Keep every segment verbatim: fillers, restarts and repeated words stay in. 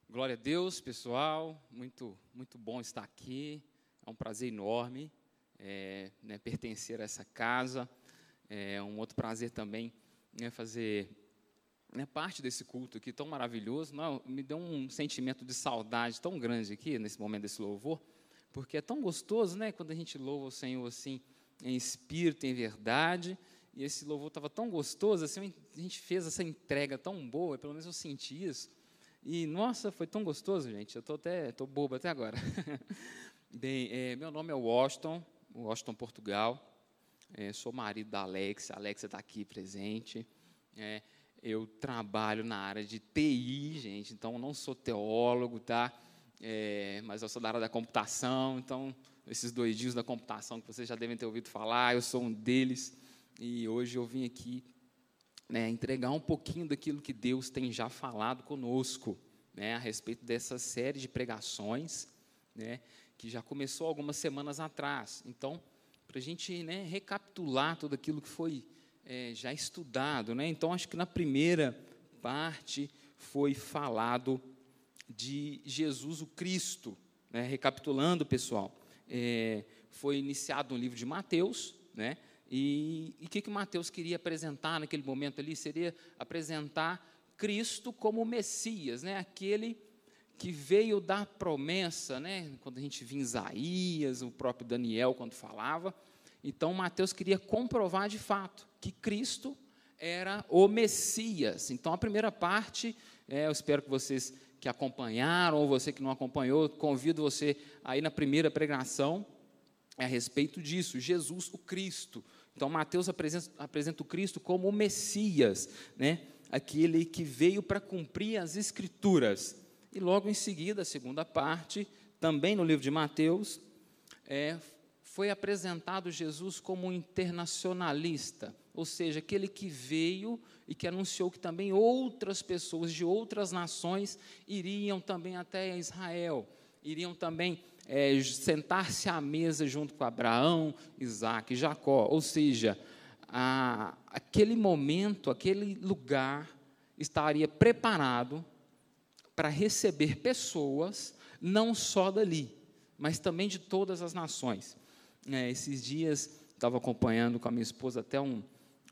Glória a Deus, pessoal, muito, muito bom estar aqui, é um prazer enorme é, né, pertencer a essa casa, é um outro prazer também né, fazer né, parte desse culto aqui tão maravilhoso. Não, me deu um sentimento de saudade tão grande aqui, nesse momento desse louvor, porque é tão gostoso, né, quando a gente louva o Senhor assim, em espírito, em verdade, e esse louvor estava tão gostoso, assim, a gente fez essa entrega tão boa, pelo menos eu senti isso. E, nossa, foi tão gostoso, gente. Eu estou até, estou bobo até agora. Bem, é, meu nome é Washington, Washington, Portugal. É, sou marido da Alexa. A Alexa está aqui presente. É, eu trabalho na área de T I, gente. Então, eu não sou teólogo, tá? É, mas eu sou da área da computação. Então, esses doidinhos da computação que vocês já devem ter ouvido falar, eu sou um deles. E hoje eu vim aqui Né, entregar um pouquinho daquilo que Deus tem já falado conosco, né, a respeito dessa série de pregações, né, que já começou algumas semanas atrás. Então, para a gente né, recapitular tudo aquilo que foi é, já estudado. Né, então, acho que na primeira parte foi falado de Jesus o Cristo. Né, recapitulando, pessoal, é, foi iniciado no livro de Mateus, né, E o que, que Mateus queria apresentar naquele momento ali? Seria apresentar Cristo como Messias, né? Aquele que veio dar promessa, né? Quando a gente via em Isaías, o próprio Daniel, quando falava. Então, Mateus queria comprovar de fato que Cristo era o Messias. Então, a primeira parte, é, eu espero que vocês que acompanharam, ou você que não acompanhou, convido você aí na primeira pregação, a respeito disso, Jesus o Cristo. Então, Mateus apresenta, apresenta o Cristo como o Messias, né? Aquele que veio para cumprir as Escrituras. E logo em seguida, a segunda parte, também no livro de Mateus, é, foi apresentado Jesus como um internacionalista, ou seja, aquele que veio e que anunciou que também outras pessoas de outras nações iriam também até Israel, iriam também É, sentar-se à mesa junto com Abraão, Isaac e Jacó, ou seja, a, aquele momento, aquele lugar estaria preparado para receber pessoas, não só dali, mas também de todas as nações. É, esses dias, estava acompanhando com a minha esposa até um,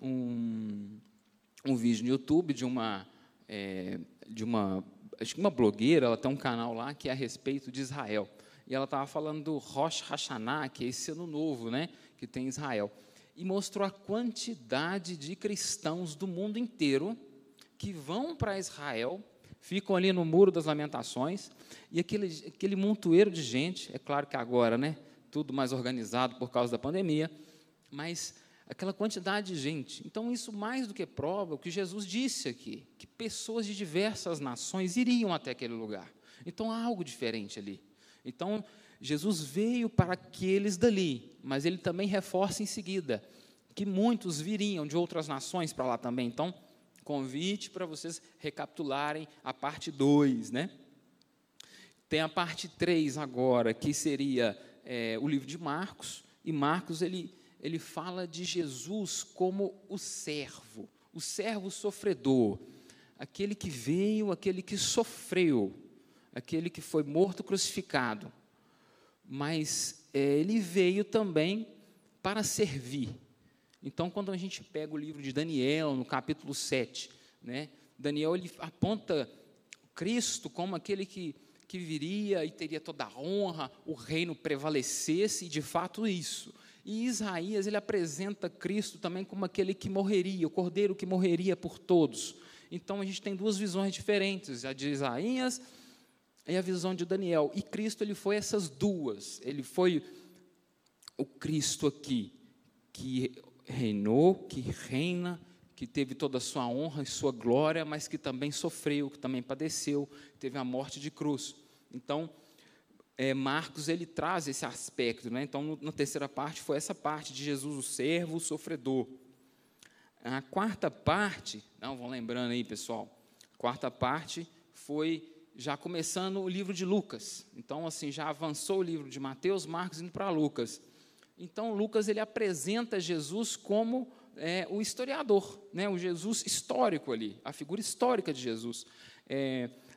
um, um vídeo no YouTube de uma, é, de uma, acho que uma blogueira, ela tem um canal lá que é a respeito de Israel. E ela estava falando do Rosh Hashanah, que é esse ano novo, né, que tem em Israel. E mostrou a quantidade de cristãos do mundo inteiro que vão para Israel, ficam ali no Muro das Lamentações, e aquele, aquele montoeiro de gente, é claro que agora, né, tudo mais organizado por causa da pandemia, mas aquela quantidade de gente. Então, isso mais do que prova o que Jesus disse aqui, que pessoas de diversas nações iriam até aquele lugar. Então, há algo diferente ali. Então, Jesus veio para aqueles dali, mas ele também reforça em seguida que muitos viriam de outras nações para lá também. Então, convite para vocês recapitularem a parte dois, né? Tem a parte três agora, que seria é, o livro de Marcos, e Marcos ele, ele fala de Jesus como o servo, o servo sofredor, aquele que veio, aquele que sofreu, aquele que foi morto, crucificado, mas é, ele veio também para servir. Então, quando a gente pega o livro de Daniel, no capítulo sete, né, Daniel ele aponta Cristo como aquele que, que viria e teria toda a honra, o reino prevalecesse, e de fato isso. E Isaías ele apresenta Cristo também como aquele que morreria, o cordeiro que morreria por todos. Então, a gente tem duas visões diferentes, a de Isaías e a visão de Daniel, e Cristo ele foi essas duas, ele foi o Cristo aqui, que reinou, que reina, que teve toda a sua honra e sua glória, mas que também sofreu, que também padeceu, teve a morte de cruz. Então, é, Marcos ele traz esse aspecto, né? Então, no, na terceira parte foi essa parte de Jesus, o servo, o sofredor. A quarta parte, não, vão lembrando aí, pessoal, a quarta parte foi já começando o livro de Lucas. Então, assim, já avançou o livro de Mateus, Marcos, indo para Lucas. Então, Lucas, ele apresenta Jesus como é, o historiador, né, o Jesus histórico ali, a figura histórica de Jesus. É,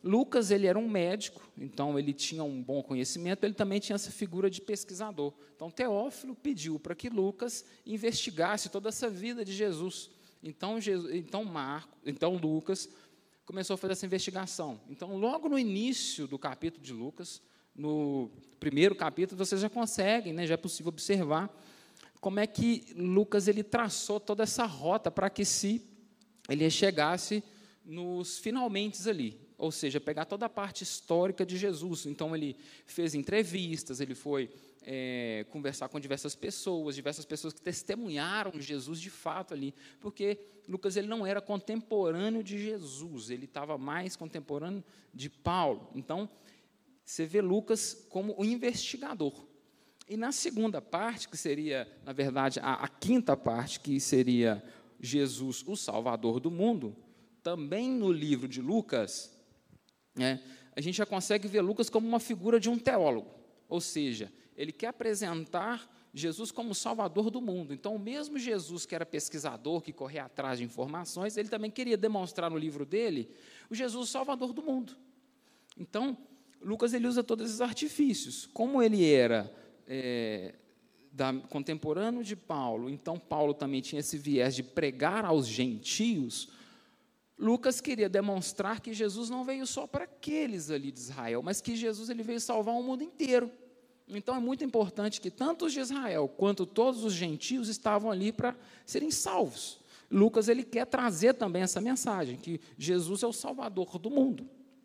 Lucas, ele era um médico, então ele tinha um bom conhecimento, ele também tinha essa figura de pesquisador. Então, Teófilo pediu para que Lucas investigasse toda essa vida de Jesus. Então, Jesus, então, Marco, então Lucas começou a fazer essa investigação. Então, logo no início do capítulo de Lucas, no primeiro capítulo, vocês já conseguem, né, já é possível observar como é que Lucas ele traçou toda essa rota para que se ele chegasse nos finalmente ali, ou seja, pegar toda a parte histórica de Jesus. Então, ele fez entrevistas, ele foi é, conversar com diversas pessoas, diversas pessoas que testemunharam Jesus de fato ali, porque Lucas ele não era contemporâneo de Jesus, ele estava mais contemporâneo de Paulo. Então, você vê Lucas como o investigador. E na segunda parte, que seria, na verdade, a, a quinta parte, que seria Jesus, o Salvador do mundo, também no livro de Lucas, né, a gente já consegue ver Lucas como uma figura de um teólogo, ou seja, ele quer apresentar Jesus como o Salvador do mundo. Então, o mesmo Jesus que era pesquisador, que corria atrás de informações, ele também queria demonstrar no livro dele o Jesus o Salvador do mundo. Então, Lucas ele usa todos esses artifícios. Como ele era é, da, contemporâneo de Paulo, então Paulo também tinha esse viés de pregar aos gentios, Lucas queria demonstrar que Jesus não veio só para aqueles ali de Israel, mas que Jesus ele veio salvar o mundo inteiro. Então, é muito importante que tanto os de Israel quanto todos os gentios estavam ali para serem salvos. Lucas ele quer trazer também essa mensagem, que Jesus é o Salvador do mundo.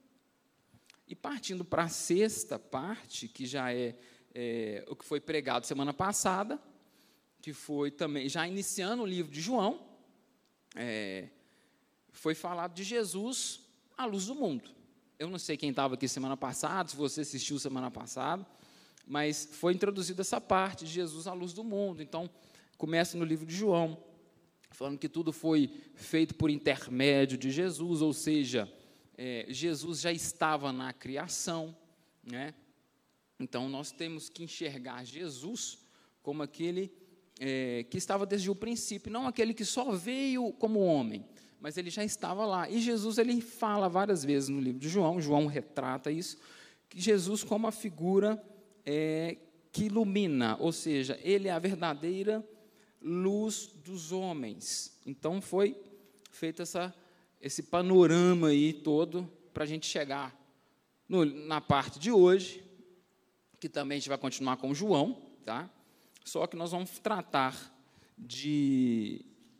E partindo para a sexta parte, que já é, é o que foi pregado semana passada, que foi também, já iniciando o livro de João, é, foi falado de Jesus, a luz do mundo. Eu não sei quem estava aqui semana passada, se você assistiu semana passada, mas foi introduzida essa parte de Jesus, a luz do mundo. Então, começa no livro de João, falando que tudo foi feito por intermédio de Jesus, ou seja, é, Jesus já estava na criação, né? Então, nós temos que enxergar Jesus como aquele é, que estava desde o princípio, não aquele que só veio como homem, mas ele já estava lá. E Jesus ele fala várias vezes no livro de João, João retrata isso, que Jesus como a figura é, que ilumina, ou seja, ele é a verdadeira luz dos homens. Então, foi feito essa, esse panorama aí todo para a gente chegar no, na parte de hoje, que também a gente vai continuar com João, tá? Só que nós vamos tratar de,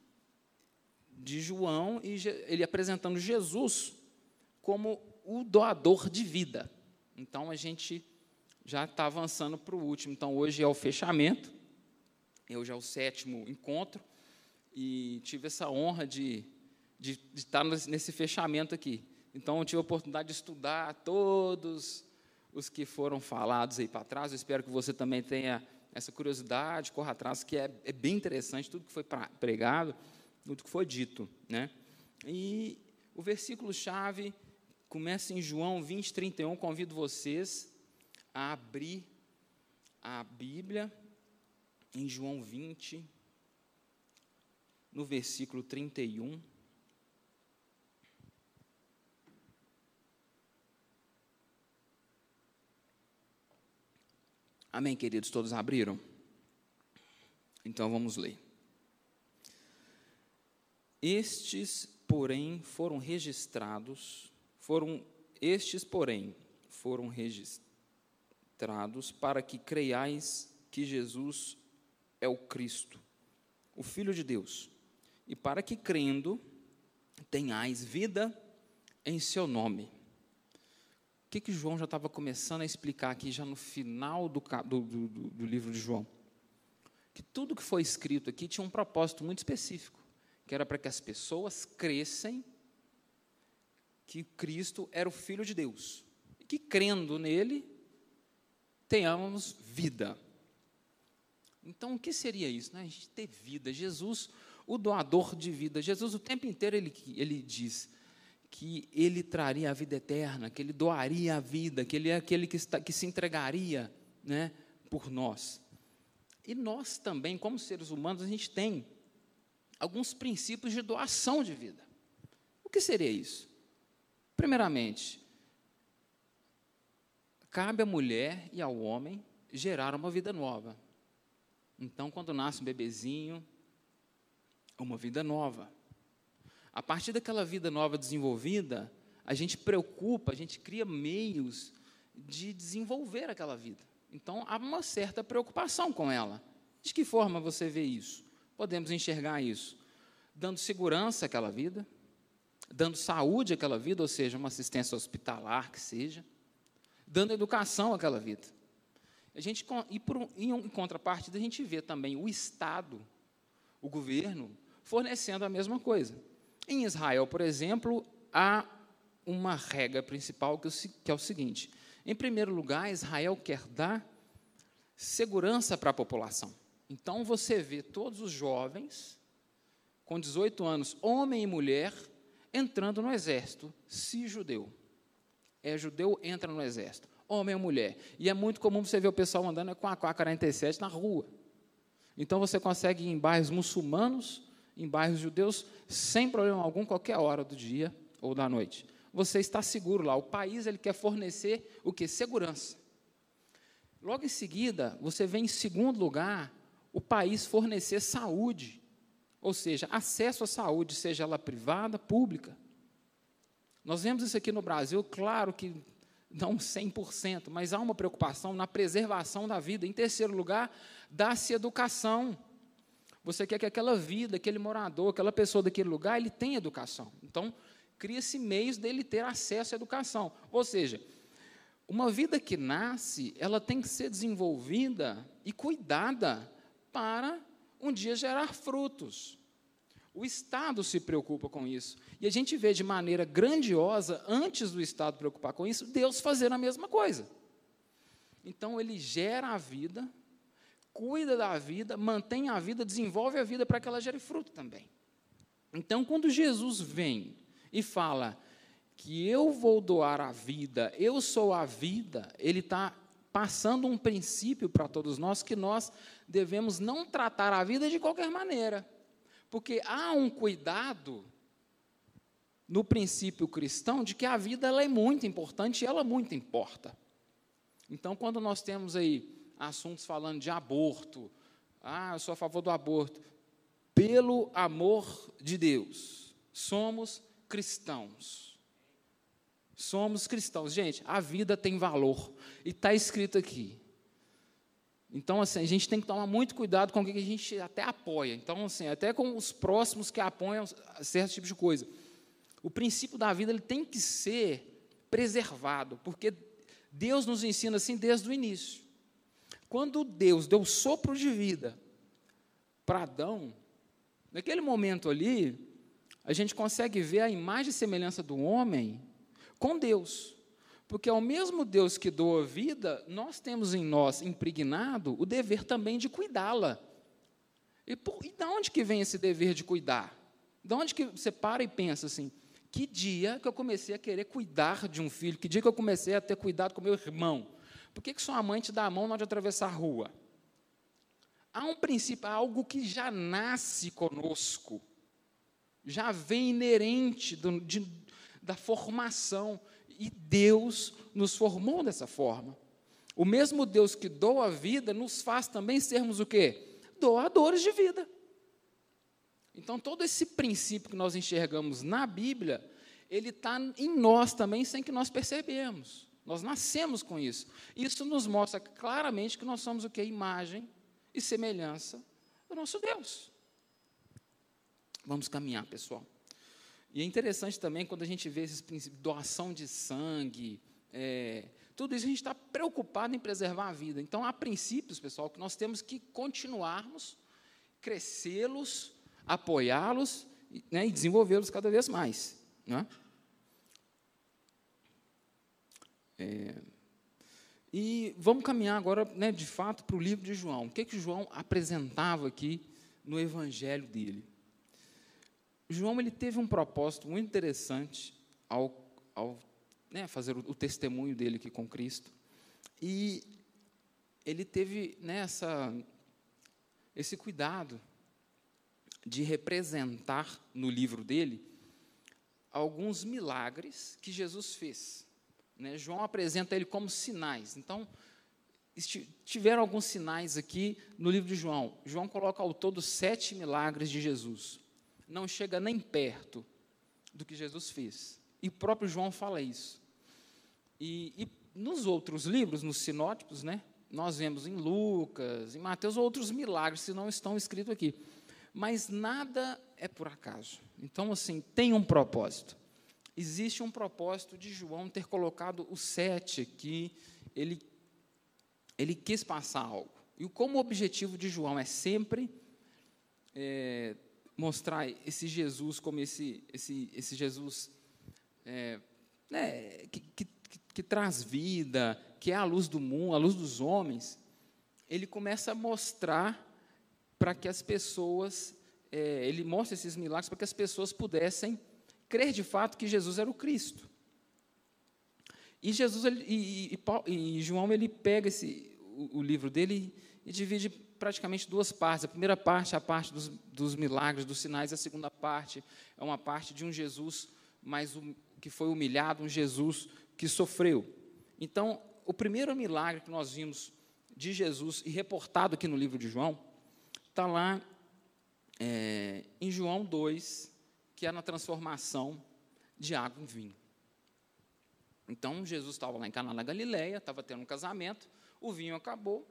de João, e ele apresentando Jesus como o doador de vida. Então, a gente já está avançando para o último. Então, hoje é o fechamento, hoje é o sétimo encontro, e tive essa honra de, de, de estar nesse fechamento aqui. Então, eu tive a oportunidade de estudar todos os que foram falados aí para trás. Eu espero que você também tenha essa curiosidade, corra atrás, que é, é bem interessante, tudo que foi pregado, tudo que foi dito, né? E o versículo-chave começa em João vinte, trinta e um, convido vocês a abrir a Bíblia em João vinte, no versículo trinta e um. Amém, queridos? Todos abriram? Então, vamos ler. Estes, porém, foram registrados, foram, estes, porém, foram registrados para que creiais que Jesus é o Cristo, o Filho de Deus, e para que, crendo, tenhais vida em seu nome. O que, que João já estava começando a explicar aqui, já no final do, do, do, do livro de João? Que tudo que foi escrito aqui tinha um propósito muito específico, que era para que as pessoas crescem que Cristo era o Filho de Deus, e que, crendo nele, tenhamos vida. Então, o que seria isso? Né? A gente ter vida. Jesus, o doador de vida. Jesus, o tempo inteiro, ele, ele diz que ele traria a vida eterna, que ele doaria a vida, que ele é aquele que, está, que se entregaria, né, por nós. E nós também, como seres humanos, a gente tem alguns princípios de doação de vida. O que seria isso? Primeiramente, cabe à mulher e ao homem gerar uma vida nova. Então, quando nasce um bebezinho, uma vida nova. A partir daquela vida nova desenvolvida, a gente preocupa, a gente cria meios de desenvolver aquela vida. Então, há uma certa preocupação com ela. De que forma você vê isso? Podemos enxergar isso dando segurança àquela vida, dando saúde àquela vida, ou seja, uma assistência hospitalar que seja, dando educação àquela vida. A gente, e por, em contrapartida, a gente vê também o Estado, o governo, fornecendo a mesma coisa. Em Israel, por exemplo, há uma regra principal que é o seguinte: em primeiro lugar, Israel quer dar segurança para a população. Então, você vê todos os jovens, com dezoito anos, homem e mulher, entrando no exército, se judeu. É judeu, entra no exército, homem ou mulher. E é muito comum você ver o pessoal andando com a A K quarenta e sete na rua. Então, você consegue ir em bairros muçulmanos, em bairros judeus, sem problema algum, qualquer hora do dia ou da noite. Você está seguro lá. O país ele quer fornecer o quê? Segurança. Logo em seguida, você vê em segundo lugar o país fornecer saúde, ou seja, acesso à saúde, seja ela privada, pública. Nós vemos isso aqui no Brasil, claro que não cem por cento, mas há uma preocupação na preservação da vida. Em terceiro lugar, dá-se educação. Você quer que aquela vida, aquele morador, aquela pessoa daquele lugar, ele tenha educação. Então, cria-se meios dele ter acesso à educação. Ou seja, uma vida que nasce, ela tem que ser desenvolvida e cuidada para um dia gerar frutos. O Estado se preocupa com isso. E a gente vê de maneira grandiosa, antes do Estado preocupar com isso, Deus fazendo a mesma coisa. Então, ele gera a vida, cuida da vida, mantém a vida, desenvolve a vida para que ela gere fruto também. Então, quando Jesus vem e fala que eu vou doar a vida, eu sou a vida, ele está passando um princípio para todos nós, que nós devemos não tratar a vida de qualquer maneira, porque há um cuidado no princípio cristão de que a vida ela é muito importante e ela muito importa. Então, quando nós temos aí assuntos falando de aborto, ah, eu sou a favor do aborto, pelo amor de Deus, somos cristãos. Somos cristãos. Gente, a vida tem valor. E está escrito aqui. Então, assim, a gente tem que tomar muito cuidado com o que a gente até apoia. Então, assim, até com os próximos que apoiam certo tipo de coisa. O princípio da vida ele tem que ser preservado, porque Deus nos ensina assim desde o início. Quando Deus deu sopro de vida para Adão, naquele momento ali, a gente consegue ver a imagem e semelhança do homem com Deus, porque ao mesmo Deus que doa vida, nós temos em nós impregnado o dever também de cuidá-la. E, por, e de onde que vem esse dever de cuidar? De onde que você para e pensa assim, que dia que eu comecei a querer cuidar de um filho? Que dia que eu comecei a ter cuidado com meu irmão? Por que que sua mãe te dá a mão na hora de atravessar a rua? Há um princípio, há algo que já nasce conosco, já vem inerente do, de, da formação, e Deus nos formou dessa forma. O mesmo Deus que doa a vida, nos faz também sermos o quê? Doadores de vida. Então, todo esse princípio que nós enxergamos na Bíblia, ele está em nós também, sem que nós percebemos. Nós nascemos com isso. Isso nos mostra claramente que nós somos o quê? Imagem e semelhança do nosso Deus. Vamos caminhar, pessoal. E é interessante também quando a gente vê esses princípios, doação de sangue, é, tudo isso a gente está preocupado em preservar a vida. Então, há princípios, pessoal, que nós temos que continuarmos, crescê-los, apoiá-los, né, e desenvolvê-los cada vez mais. Né? É, e vamos caminhar agora, né, de fato, para o livro de João. O que, que João apresentava aqui no evangelho dele? João ele teve um propósito muito interessante ao, ao né, fazer o, o testemunho dele aqui com Cristo. E ele teve né, essa, esse cuidado de representar no livro dele alguns milagres que Jesus fez. né? João apresenta ele como sinais. Então, tiveram alguns sinais aqui no livro de João. João coloca ao todo sete milagres de Jesus. Não chega nem perto do que Jesus fez. E o próprio João fala isso. E, e nos outros livros, nos sinóticos, né, nós vemos em Lucas, em Mateus, outros milagres que não estão escritos aqui. Mas nada é por acaso. Então, assim, tem um propósito. Existe um propósito de João ter colocado os sete aqui. Ele, ele quis passar algo. E como o objetivo de João é sempre é, mostrar esse Jesus como esse, esse, esse Jesus é, né, que, que, que, que traz vida, que é a luz do mundo, a luz dos homens, ele começa a mostrar para que as pessoas, é, ele mostra esses milagres para que as pessoas pudessem crer de fato que Jesus era o Cristo. E Jesus ele, e, e, e João ele pega esse, o, o livro dele e divide praticamente duas partes. A primeira parte é a parte dos, dos milagres, dos sinais. A segunda parte é uma parte de um Jesus mais um, que foi humilhado, um Jesus que sofreu. Então, o primeiro milagre que nós vimos de Jesus e reportado aqui no livro de João está lá é, em João dois, que é na transformação de água em vinho. Então, Jesus estava lá em Caná da Galileia, estava tendo um casamento, o vinho acabou,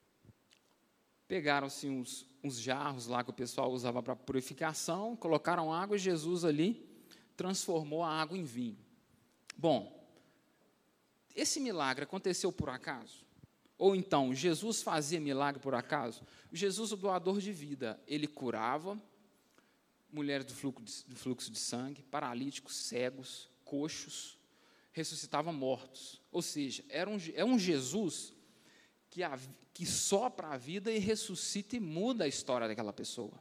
pegaram-se uns, uns jarros lá que o pessoal usava para purificação, colocaram água e Jesus ali transformou a água em vinho. Bom, esse milagre aconteceu por acaso? Ou então, Jesus fazia milagre por acaso? Jesus, o doador de vida, ele curava mulheres do fluxo de, do fluxo de sangue, paralíticos, cegos, coxos, ressuscitava mortos. Ou seja, era um, é um Jesus que, a, que sopra a vida e ressuscita e muda a história daquela pessoa.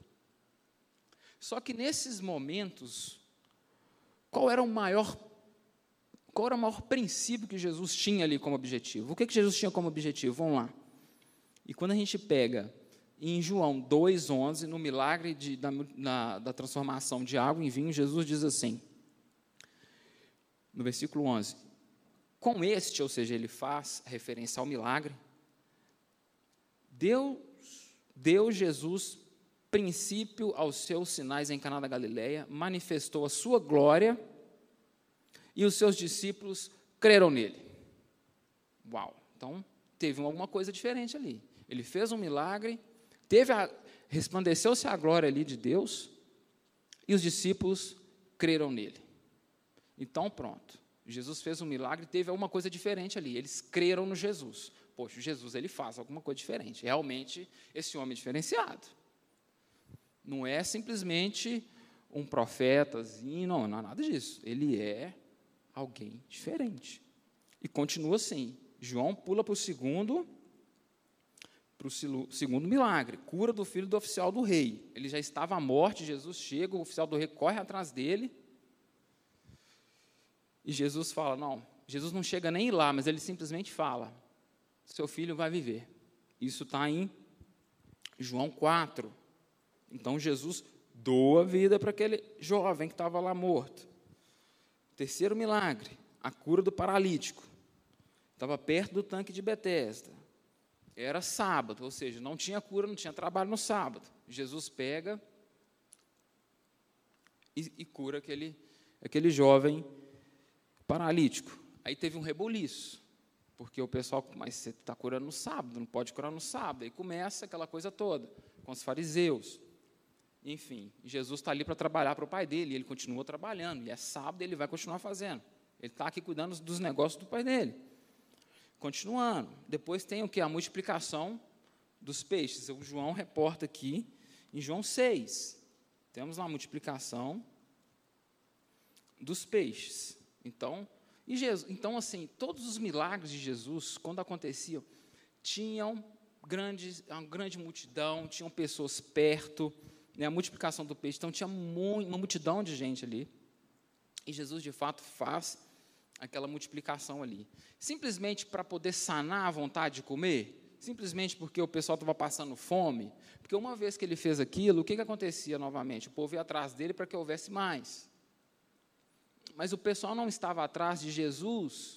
Só que nesses momentos, qual era o maior, qual era o maior princípio que Jesus tinha ali como objetivo? O que, que Jesus tinha como objetivo? Vamos lá. E quando a gente pega em João dois, onze, no milagre de, da, na, da transformação de água em vinho, Jesus diz assim, no versículo onze, com este, ou seja, ele faz referência ao milagre, Deus, Deus Jesus, princípio aos seus sinais em Caná da Galileia, manifestou a sua glória e os seus discípulos creram nele. Uau! Então, teve alguma coisa diferente ali. Ele fez um milagre, teve a, resplandeceu-se a glória ali de Deus e os discípulos creram nele. Então, pronto. Jesus fez um milagre, teve alguma coisa diferente ali. Eles creram no Jesus. Poxa, Jesus, ele faz alguma coisa diferente. Realmente, esse homem é diferenciado. Não é simplesmente um profetazinho, não, não é nada disso. Ele é alguém diferente. E continua assim. João pula para o segundo, para o segundo milagre, cura do filho do oficial do rei. Ele já estava à morte, Jesus chega, o oficial do rei corre atrás dele, e Jesus fala, não, Jesus não chega nem lá, mas ele simplesmente fala, seu filho vai viver. Isso está em João quatro. Então, Jesus doa a vida para aquele jovem que estava lá morto. Terceiro milagre, a cura do paralítico. Estava perto do tanque de Betesda. Era sábado, ou seja, não tinha cura, não tinha trabalho no sábado. Jesus pega e, e cura aquele, aquele jovem paralítico. Aí teve um rebuliço, porque o pessoal, mas você está curando no sábado, não pode curar no sábado. Aí começa aquela coisa toda, com os fariseus. Enfim, Jesus está ali para trabalhar para o pai dele, e ele continua trabalhando, e é sábado, ele vai continuar fazendo. Ele está aqui cuidando dos negócios do pai dele. Continuando, depois tem o que? A multiplicação dos peixes. O João reporta aqui, em João seis, temos uma multiplicação dos peixes. Então, e Jesus, então, assim, todos os milagres de Jesus, quando aconteciam, tinham grandes, uma grande multidão, tinham pessoas perto, né, a multiplicação do peixe, então tinha uma multidão de gente ali, e Jesus, de fato, faz aquela multiplicação ali. Simplesmente para poder sanar a vontade de comer, simplesmente porque o pessoal estava passando fome, porque uma vez que ele fez aquilo, o que, que acontecia novamente? O povo ia atrás dele para que houvesse mais. Mas o pessoal não estava atrás de Jesus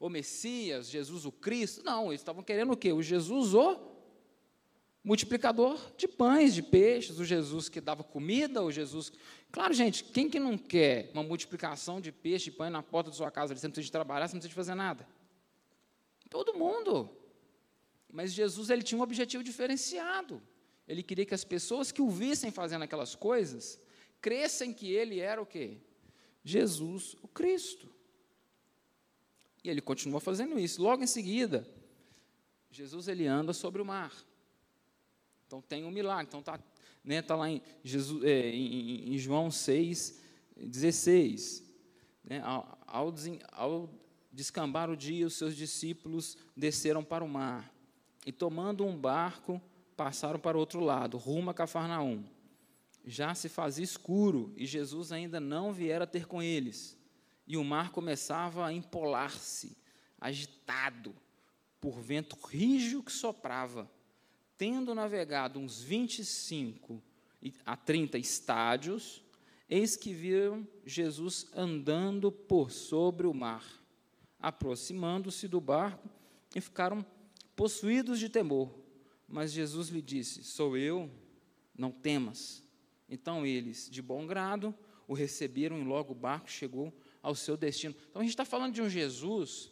o Messias, Jesus o Cristo. Não, eles estavam querendo o quê? O Jesus o multiplicador de pães, de peixes, o Jesus que dava comida, o Jesus... Claro, gente, quem que não quer uma multiplicação de peixe e pães na porta da sua casa? Você não precisa de trabalhar, você não precisa de fazer nada. Todo mundo. Mas Jesus, ele tinha um objetivo diferenciado. Ele queria que as pessoas que o vissem fazendo aquelas coisas, crescem que ele era o quê? Jesus, o Cristo. E ele continua fazendo isso. Logo em seguida, Jesus, ele anda sobre o mar. Então, tem um milagre. Então, está né, tá lá em, Jesus, é, em, em João seis, dezesseis. Né, ao, ao, ao descambar o dia, os seus discípulos desceram para o mar. E, tomando um barco, passaram para o outro lado, rumo a Cafarnaum. Já se fazia escuro, e Jesus ainda não viera ter com eles. E o mar começava a empolar-se, agitado, por vento rígido que soprava. Tendo navegado uns vinte e cinco a trinta estádios, eis que viram Jesus andando por sobre o mar. Aproximando-se do barco, e ficaram possuídos de temor. Mas Jesus lhe disse: sou eu, não temas. Então eles, de bom grado, o receberam e logo o barco chegou ao seu destino. Então a gente está falando de um Jesus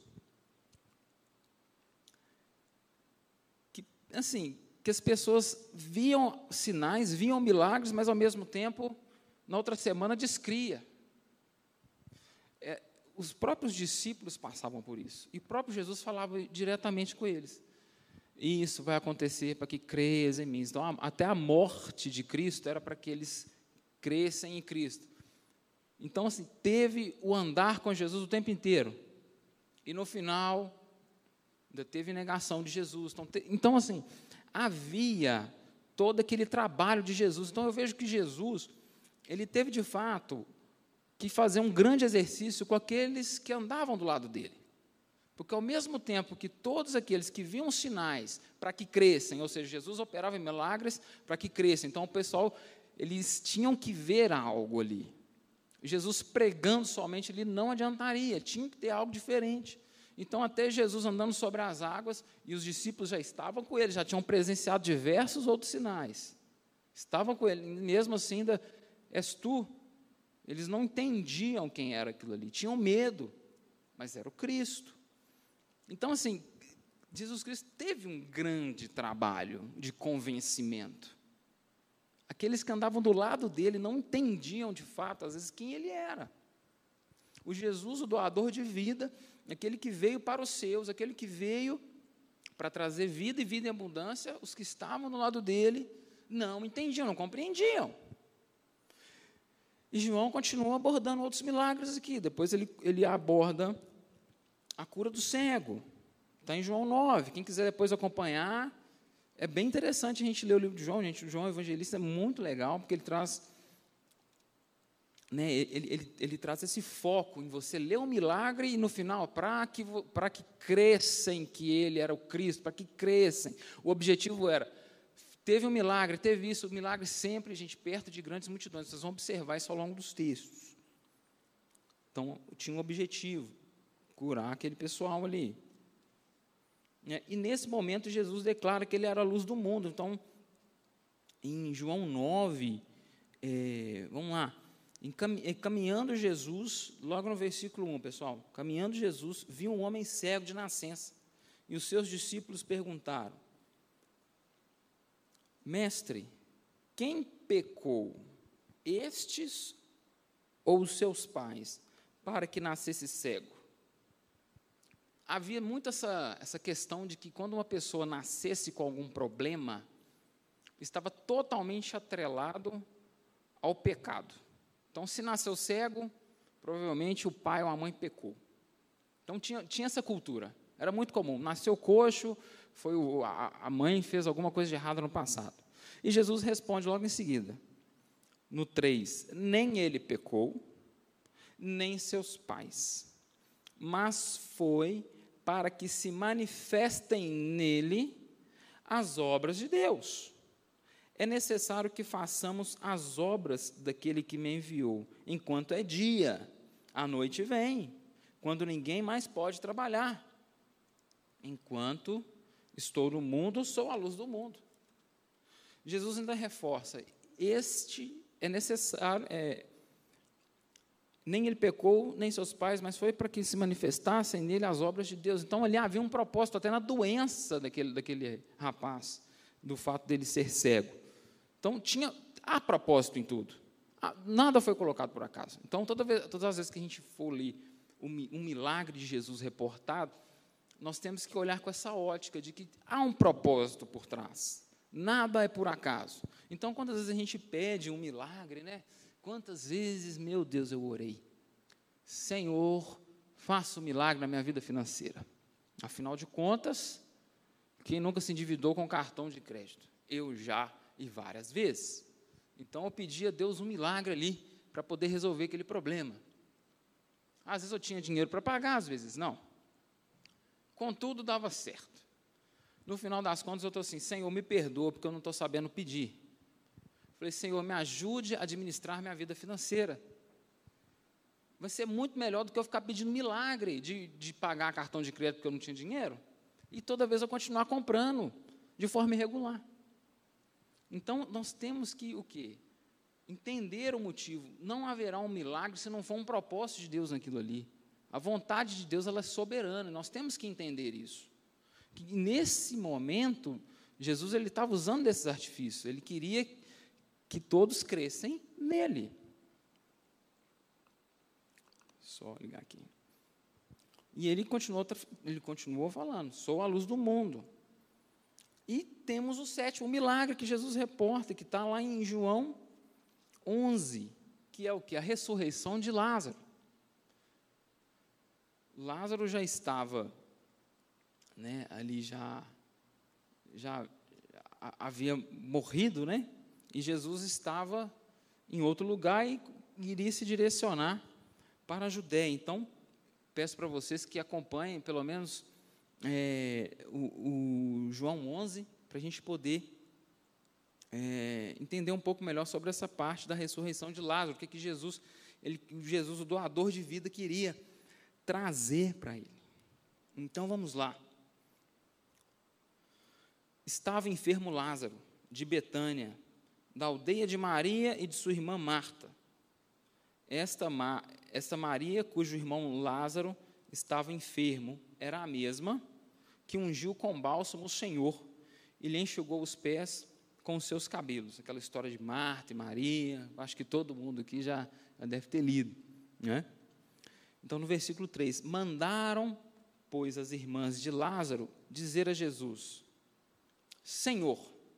que, assim, que as pessoas viam sinais, viam milagres, mas ao mesmo tempo, na outra semana, descria. É, os próprios discípulos passavam por isso, e o próprio Jesus falava diretamente com eles. Isso vai acontecer para que creias em mim. Então, até a morte de Cristo era para que eles crescem em Cristo. Então, assim, teve o andar com Jesus o tempo inteiro. E, no final, ainda teve negação de Jesus. Então, te, então, assim, havia todo aquele trabalho de Jesus. Então, eu vejo que Jesus, ele teve, de fato, que fazer um grande exercício com aqueles que andavam do lado dele. Porque, ao mesmo tempo que todos aqueles que viam sinais para que crescem, ou seja, Jesus operava em milagres para que crescem, então o pessoal, eles tinham que ver algo ali. Jesus pregando somente, ele não adiantaria, tinha que ter algo diferente. Então, até Jesus andando sobre as águas, e os discípulos já estavam com ele, já tinham presenciado diversos outros sinais. Estavam com ele, mesmo assim, ainda, és tu. Eles não entendiam quem era aquilo ali, tinham medo, mas era o Cristo. Então, assim, Jesus Cristo teve um grande trabalho de convencimento. Aqueles que andavam do lado dele não entendiam, de fato, às vezes, quem ele era. O Jesus, o doador de vida, aquele que veio para os seus, aquele que veio para trazer vida e vida em abundância, os que estavam do lado dele não entendiam, não compreendiam. E João continua abordando outros milagres aqui. Depois ele, ele aborda a cura do cego, está em João nove, quem quiser depois acompanhar, é bem interessante a gente ler o livro de João, gente, o João Evangelista é muito legal, porque ele traz, né, ele, ele, ele traz esse foco em você ler um milagre e no final, para que, para que crescem que ele era o Cristo, para que crescem, o objetivo era, teve um milagre, teve isso, o milagre sempre, gente, perto de grandes multidões, vocês vão observar isso ao longo dos textos, então, tinha um objetivo, curar aquele pessoal ali. E nesse momento Jesus declara que ele era a luz do mundo. Então, em João nove, é, vamos lá, caminhando Jesus, logo no versículo um, pessoal, caminhando Jesus, viu um homem cego de nascença, e os seus discípulos perguntaram: mestre, quem pecou, estes ou os seus pais, para que nascesse cego? Havia muito essa, essa questão de que quando uma pessoa nascesse com algum problema, estava totalmente atrelado ao pecado. Então, se nasceu cego, provavelmente o pai ou a mãe pecou. Então, tinha, tinha essa cultura, era muito comum. Nasceu coxo, foi o, a, a mãe fez alguma coisa de errado no passado. E Jesus responde logo em seguida, no três, nem ele pecou, nem seus pais, mas foi para que se manifestem nele as obras de Deus. É necessário que façamos as obras daquele que me enviou, enquanto é dia, a noite vem. quando ninguém mais pode trabalhar. Enquanto estou no mundo, sou a luz do mundo. Jesus ainda reforça, este é necessário, é, nem ele pecou, nem seus pais, mas foi para que se manifestassem nele as obras de Deus. Então, ali havia um propósito, até na doença daquele, daquele rapaz, do fato dele ser cego. Então, tinha, há propósito em tudo. Nada foi colocado por acaso. Então, toda vez, todas as vezes que a gente for ler um milagre de Jesus reportado, nós temos que olhar com essa ótica de que há um propósito por trás. Nada é por acaso. Então, quantas vezes a gente pede um milagre, né? Quantas vezes, meu Deus, eu orei. Senhor, faça um milagre na minha vida financeira. Afinal de contas, quem nunca se endividou com cartão de crédito? Eu já, e várias vezes. Então, eu pedi a Deus um milagre ali, para poder resolver aquele problema. Às vezes eu tinha dinheiro para pagar, às vezes não. Contudo, dava certo. No final das contas, eu estou assim, Senhor, me perdoa, porque eu não estou sabendo pedir. Falei, Senhor, me ajude a administrar minha vida financeira. Vai ser muito melhor do que eu ficar pedindo milagre de, de pagar cartão de crédito porque eu não tinha dinheiro, e toda vez eu continuar comprando de forma irregular. Então, nós temos que, o quê? Entender o motivo. Não haverá um milagre se não for um propósito de Deus naquilo ali. A vontade de Deus, ela é soberana, nós temos que entender isso. Que nesse momento, Jesus ele estava usando desses artifícios, ele queria que todos crescem nele. Só ligar aqui. E ele continuou, ele continuou falando, sou a luz do mundo. E temos o sétimo milagre que Jesus reporta, que está lá em João onze, que é o que? A ressurreição de Lázaro. Lázaro já estava, né, ali já, já havia morrido, né? E Jesus estava em outro lugar e iria se direcionar para a Judéia. Então, peço para vocês que acompanhem, pelo menos, é, o, o João onze, para a gente poder é, entender um pouco melhor sobre essa parte da ressurreição de Lázaro, o que, que Jesus, ele, Jesus, o doador de vida, queria trazer para ele. Então, vamos lá. Estava enfermo Lázaro, de Betânia, da aldeia de Maria e de sua irmã Marta. Esta, Ma, esta Maria, cujo irmão Lázaro estava enfermo, era a mesma que ungiu com bálsamo o Senhor e lhe enxugou os pés com os seus cabelos. Aquela história de Marta e Maria, acho que todo mundo aqui já, já deve ter lido, né? Então, no versículo três, mandaram, pois, as irmãs de Lázaro dizer a Jesus, Senhor,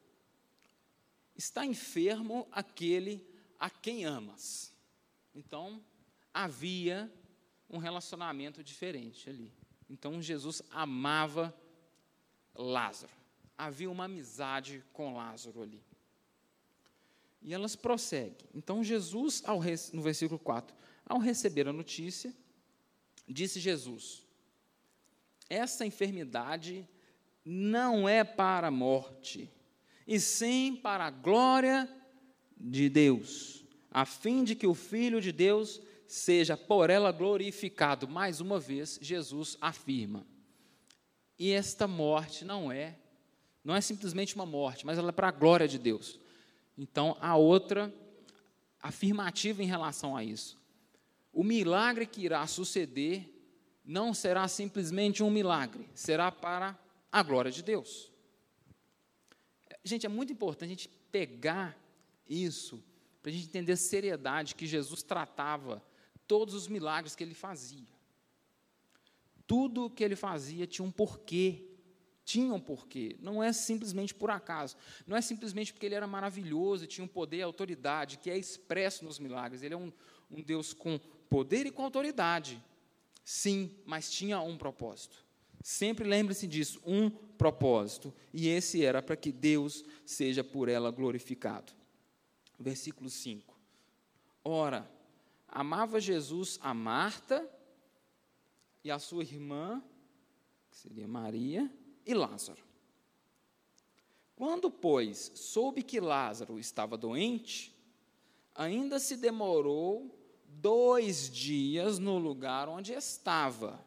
está enfermo aquele a quem amas. Então, havia um relacionamento diferente ali. Então, Jesus amava Lázaro. Havia uma amizade com Lázaro ali. E elas prosseguem. Então, Jesus, ao, no versículo quatro, ao receber a notícia, disse Jesus, essa enfermidade não é para a morte, e sim para a glória de Deus, a fim de que o Filho de Deus seja por ela glorificado. Mais uma vez, Jesus afirma. E esta morte não é, não é simplesmente uma morte, mas ela é para a glória de Deus. Então, há outra afirmativa em relação a isso. O milagre que irá suceder não será simplesmente um milagre, será para a glória de Deus. Gente, é muito importante a gente pegar isso, para a gente entender a seriedade que Jesus tratava todos os milagres que ele fazia. Tudo que ele fazia tinha um porquê, tinha um porquê, não é simplesmente por acaso, não é simplesmente porque ele era maravilhoso, tinha um poder e autoridade, que é expresso nos milagres, ele é um, um Deus com poder e com autoridade, sim, mas tinha um propósito. Sempre lembre-se disso, um propósito, e esse era para que Deus seja por ela glorificado. Versículo cinco. Ora, amava Jesus a Marta e a sua irmã, que seria Maria, e Lázaro. Quando, pois, soube que Lázaro estava doente, ainda se demorou dois dias no lugar onde estava.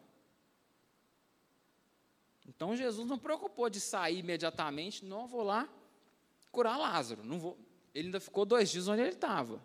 Então, Jesus não preocupou de sair imediatamente, não, vou lá curar Lázaro. Não vou. Ele ainda ficou dois dias onde ele estava.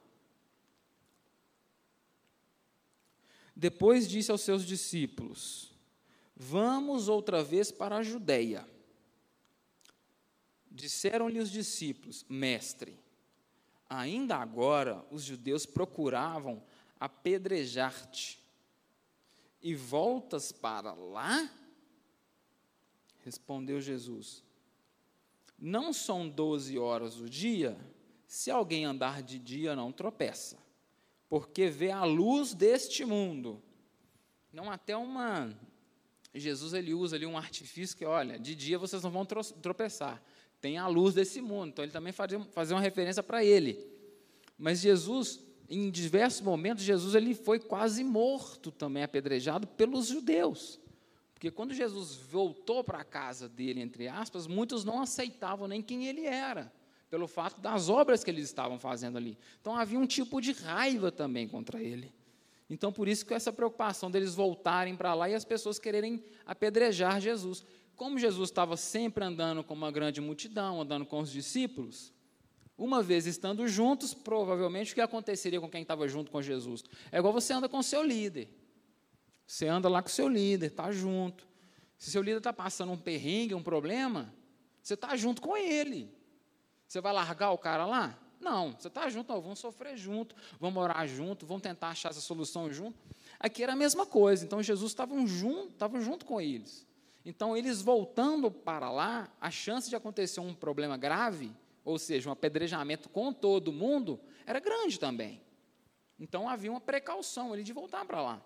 Depois disse aos seus discípulos: vamos outra vez para a Judeia. Disseram-lhe os discípulos: mestre, ainda agora os judeus procuravam apedrejar-te, e voltas para lá? Respondeu Jesus: não são doze horas o dia? Se alguém andar de dia, não tropeça, porque vê a luz deste mundo. Não, até uma... Jesus, ele usa ali um artifício que, olha, de dia vocês não vão tropeçar, tem a luz desse mundo. Então, ele também fazia, fazia uma referência para ele. Mas Jesus, em diversos momentos, Jesus ele foi quase morto também, apedrejado pelos judeus. Porque quando Jesus voltou para a casa dele, entre aspas, muitos não aceitavam nem quem ele era, pelo fato das obras que eles estavam fazendo ali. Então, havia um tipo de raiva também contra ele. Então, por isso que essa preocupação deles voltarem para lá e as pessoas quererem apedrejar Jesus. Como Jesus estava sempre andando com uma grande multidão, andando com os discípulos, uma vez estando juntos, provavelmente, o que aconteceria com quem estava junto com Jesus? É igual você anda com o seu líder. Você anda lá com o seu líder, está junto. Se seu líder está passando um perrengue, um problema, você está junto com ele. Você vai largar o cara lá? Não, você está junto, não, vamos sofrer junto, vamos orar junto, vamos tentar achar essa solução junto. Aqui era a mesma coisa, então Jesus estava junto, estava junto com eles. Então, eles voltando para lá, a chance de acontecer um problema grave, ou seja, um apedrejamento com todo mundo, era grande também. Então, havia uma precaução ali de voltar para lá.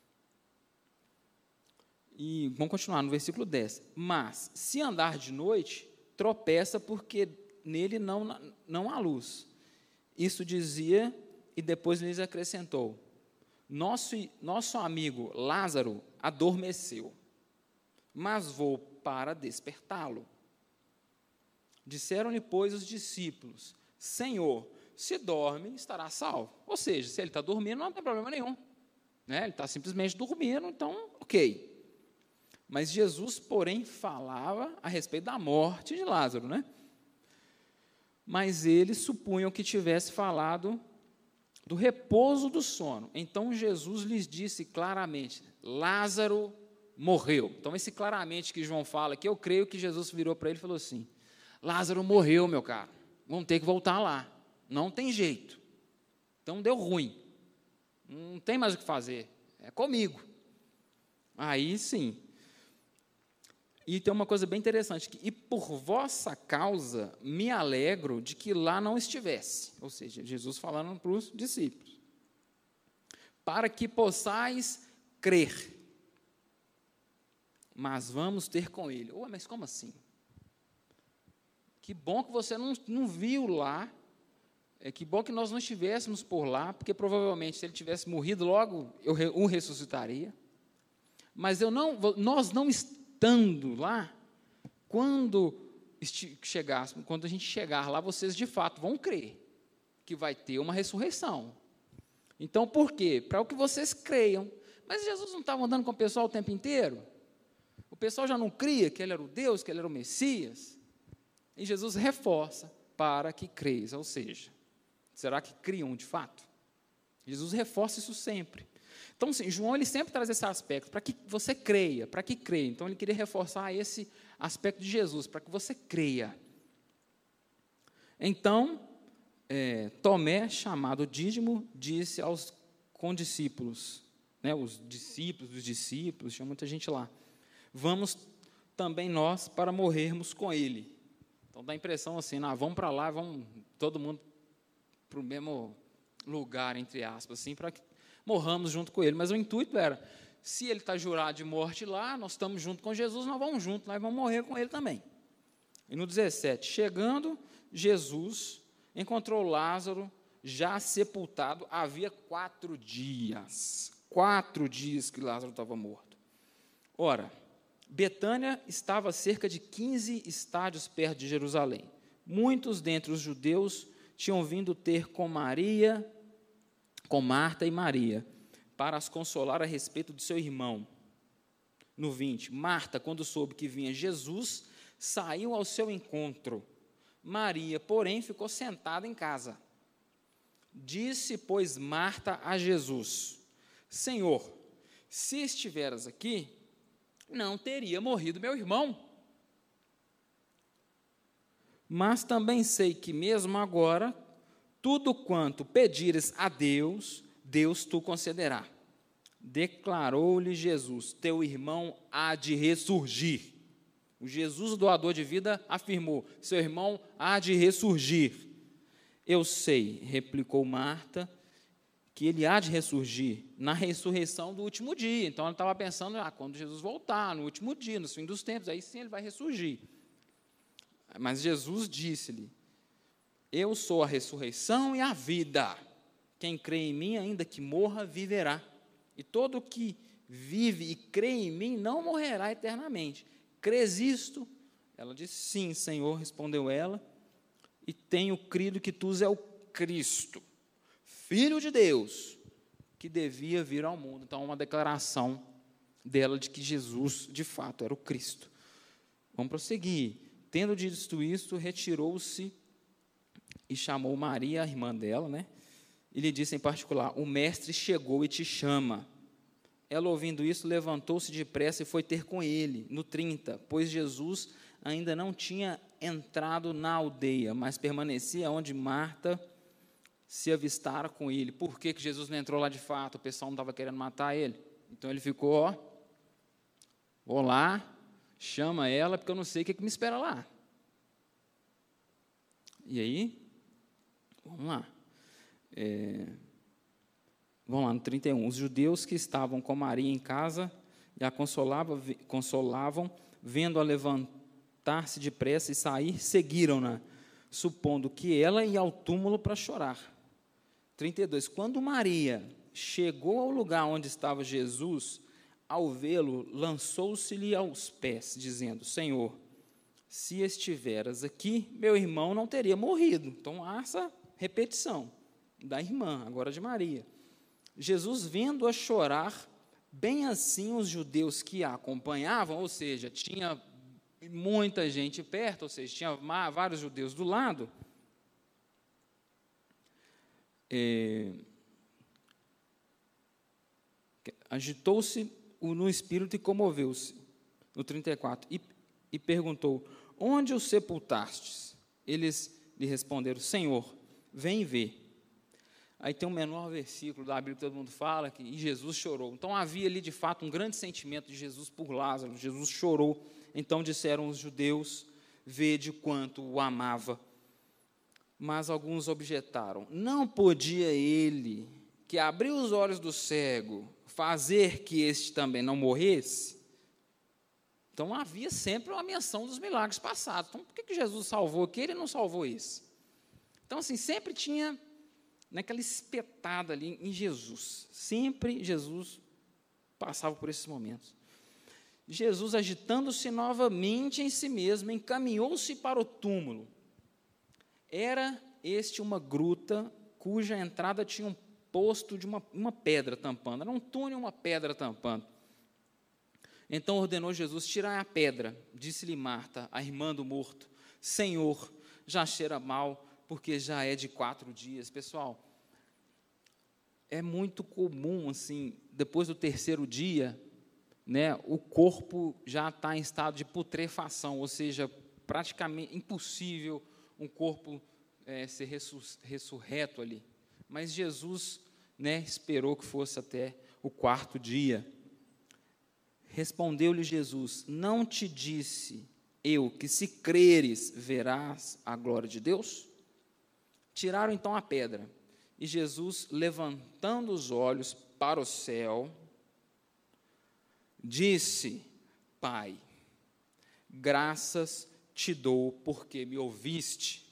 E vamos continuar no versículo dez. Mas, se andar de noite, tropeça, porque nele não, não há luz. Isso dizia, e depois lhes acrescentou: nosso, nosso amigo Lázaro adormeceu, mas vou para despertá-lo. Disseram-lhe, pois, os discípulos: Senhor, se dorme, estará salvo. Ou seja, se ele está dormindo, não tem problema nenhum. Né? Ele está simplesmente dormindo, então, ok. Mas Jesus, porém, falava a respeito da morte de Lázaro, né? Mas eles supunham que tivesse falado do repouso do sono. Então, Jesus lhes disse claramente: Lázaro morreu. Então, esse claramente que João fala aqui, eu creio que Jesus virou para ele e falou assim: Lázaro morreu, meu caro, vamos ter que voltar lá, não tem jeito. Então, deu ruim, não tem mais o que fazer, é comigo. Aí, sim. E tem uma coisa bem interessante, que, e por vossa causa me alegro de que lá não estivesse. Ou seja, Jesus falando para os discípulos. Para que possais crer. Mas vamos ter com ele. Ué, mas como assim? Que bom que você não, não viu lá. É, que bom que nós não estivéssemos por lá, porque provavelmente se ele tivesse morrido logo, eu o ressuscitaria. Mas eu não, nós não estamos estando lá, quando chegássemos, quando a gente chegar lá, vocês de fato vão crer que vai ter uma ressurreição. Então, por quê? Para que vocês creiam. Mas Jesus não estava andando com o pessoal o tempo inteiro? O pessoal já não cria que ele era o Deus, que ele era o Messias? E Jesus reforça, para que creis. Ou seja, será que criam de fato? Jesus reforça isso sempre. Então, sim, João ele sempre traz esse aspecto, para que você creia, para que creia. Então, ele queria reforçar esse aspecto de Jesus, para que você creia. Então, é, Tomé, chamado Dídimo, disse aos condiscípulos, né, os discípulos dos discípulos, tinha muita gente lá: vamos também nós para morrermos com ele. Então, dá a impressão assim, não, vamos para lá, vamos todo mundo para o mesmo lugar, entre aspas, assim, para que morramos junto com ele. Mas o intuito era, se ele está jurado de morte lá, nós estamos junto com Jesus, nós vamos junto, nós vamos morrer com ele também. E no dezessete, chegando Jesus, encontrou Lázaro já sepultado, havia quatro dias, quatro dias que Lázaro estava morto. Ora, Betânia estava a cerca de quinze estádios perto de Jerusalém. Muitos dentre os judeus tinham vindo ter com Maria, com Marta e Maria, para as consolar a respeito de seu irmão. No vinte, Marta, quando soube que vinha Jesus, saiu ao seu encontro. Maria, porém, ficou sentada em casa. Disse, pois, Marta a Jesus: Senhor, se estiveras aqui, não teria morrido meu irmão. Mas também sei que mesmo agora, tudo quanto pedires a Deus, Deus tu concederá. Declarou-lhe Jesus: teu irmão há de ressurgir. O Jesus doador de vida afirmou: seu irmão há de ressurgir. Eu sei, replicou Marta, que ele há de ressurgir na ressurreição do último dia. Então, ela estava pensando, ah, quando Jesus voltar, no último dia, no fim dos tempos, aí sim ele vai ressurgir. Mas Jesus disse-lhe: eu sou a ressurreição e a vida. Quem crê em mim, ainda que morra, viverá. E todo que vive e crê em mim não morrerá eternamente. Crês isto? Ela disse: sim, Senhor, respondeu ela, e tenho crido que tu és o Cristo, Filho de Deus, que devia vir ao mundo. Então, uma declaração dela de que Jesus, de fato, era o Cristo. Vamos prosseguir. Tendo dito isto, retirou-se e chamou Maria, a irmã dela, né? E lhe disse em particular: o mestre chegou e te chama. Ela, ouvindo isso, levantou-se depressa e foi ter com ele. No trinta, pois Jesus ainda não tinha entrado na aldeia, mas permanecia onde Marta se avistara com ele. Por que, que Jesus não entrou lá de fato? O pessoal não estava querendo matar ele. Então ele ficou, ó, vou lá, chama ela, porque eu não sei o que, que me espera lá. E aí, vamos lá. É, vamos lá, no trinta e um. Os judeus que estavam com Maria em casa e a consolavam, consolavam vendo-a levantar-se depressa e sair, seguiram-na, supondo que ela ia ao túmulo para chorar. trinta e dois. Quando Maria chegou ao lugar onde estava Jesus, ao vê-lo, lançou-se-lhe aos pés, dizendo: Senhor, se estiveras aqui, meu irmão não teria morrido. Então, há essa repetição da irmã, agora de Maria. Jesus, vendo-a chorar, bem assim os judeus que a acompanhavam, ou seja, tinha muita gente perto, ou seja, tinha vários judeus do lado, é, agitou-se no espírito e comoveu-se, no trinta e quatro, e, e perguntou: onde o sepultastes? Eles lhe responderam: Senhor, vem ver. Aí tem um menor versículo da Bíblia que todo mundo fala, que e Jesus chorou. Então, havia ali, de fato, um grande sentimento de Jesus por Lázaro. Jesus chorou. Então, disseram os judeus: vede quanto o amava. Mas alguns objetaram: não podia ele, que abriu os olhos do cego, fazer que este também não morresse? Então, havia sempre uma menção dos milagres passados. Então, por que, que Jesus salvou aquele e não salvou esse? Então, assim, sempre tinha naquela espetada ali em Jesus. Sempre Jesus passava por esses momentos. Jesus, agitando-se novamente em si mesmo, encaminhou-se para o túmulo. Era este uma gruta, cuja entrada tinha um posto de uma, uma pedra tampando. Era um túnel e uma pedra tampando. Então ordenou Jesus: tirai a pedra. Disse-lhe Marta, a irmã do morto: Senhor, já cheira mal, porque já é de quatro dias. Pessoal, é muito comum, assim, depois do terceiro dia, né, o corpo já está em estado de putrefação, ou seja, praticamente impossível um corpo é, ser ressurreto ali. Mas Jesus, né, esperou que fosse até o quarto dia. Respondeu-lhe Jesus: não te disse eu que, se creres, verás a glória de Deus? Tiraram então a pedra, e Jesus, levantando os olhos para o céu, disse: Pai, graças te dou porque me ouviste.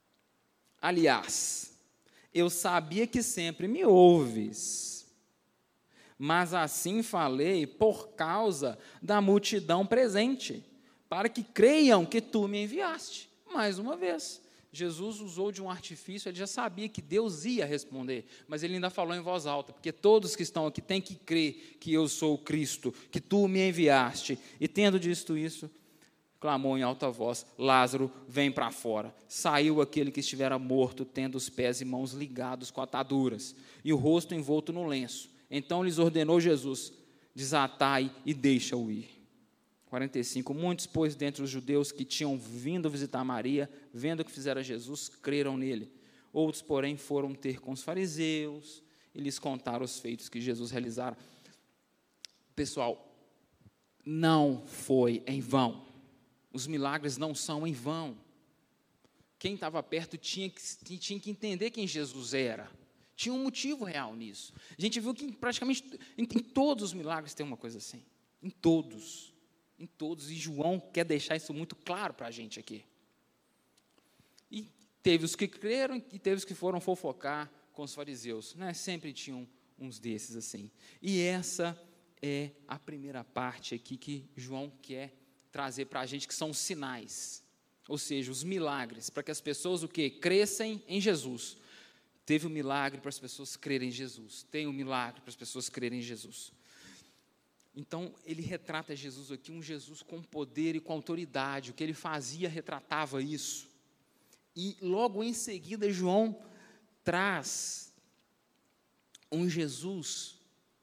Aliás, eu sabia que sempre me ouves, mas assim falei por causa da multidão presente, para que creiam que tu me enviaste. Mais uma vez, Jesus usou de um artifício, ele já sabia que Deus ia responder, mas ele ainda falou em voz alta, porque todos que estão aqui têm que crer que eu sou o Cristo, que tu me enviaste. E tendo dito isso, clamou em alta voz: Lázaro, vem para fora. Saiu aquele que estivera morto, tendo os pés e mãos ligados com ataduras, e o rosto envolto no lenço. Então lhes ordenou Jesus: desatai e deixa-o ir. quarenta e cinco, muitos, pois, dentre os judeus que tinham vindo visitar Maria, vendo o que fizera Jesus, creram nele. Outros, porém, foram ter com os fariseus e lhes contaram os feitos que Jesus realizara. Pessoal, não foi em vão. Os milagres não são em vão. Quem estava perto tinha que, tinha que entender quem Jesus era. Tinha um motivo real nisso. A gente viu que praticamente em, em todos os milagres tem uma coisa assim. Em todos. Em todos, e João quer deixar isso muito claro para a gente aqui. E teve os que creram e teve os que foram fofocar com os fariseus, né? Sempre tinham uns desses assim. E essa é a primeira parte aqui que João quer trazer para a gente, que são os sinais, ou seja, os milagres, para que as pessoas o quê? Crescem em Jesus. Teve um milagre para as pessoas crerem em Jesus, tem um milagre para as pessoas crerem em Jesus. Então, ele retrata Jesus aqui, um Jesus com poder e com autoridade. O que ele fazia retratava isso. E logo em seguida, João traz um Jesus,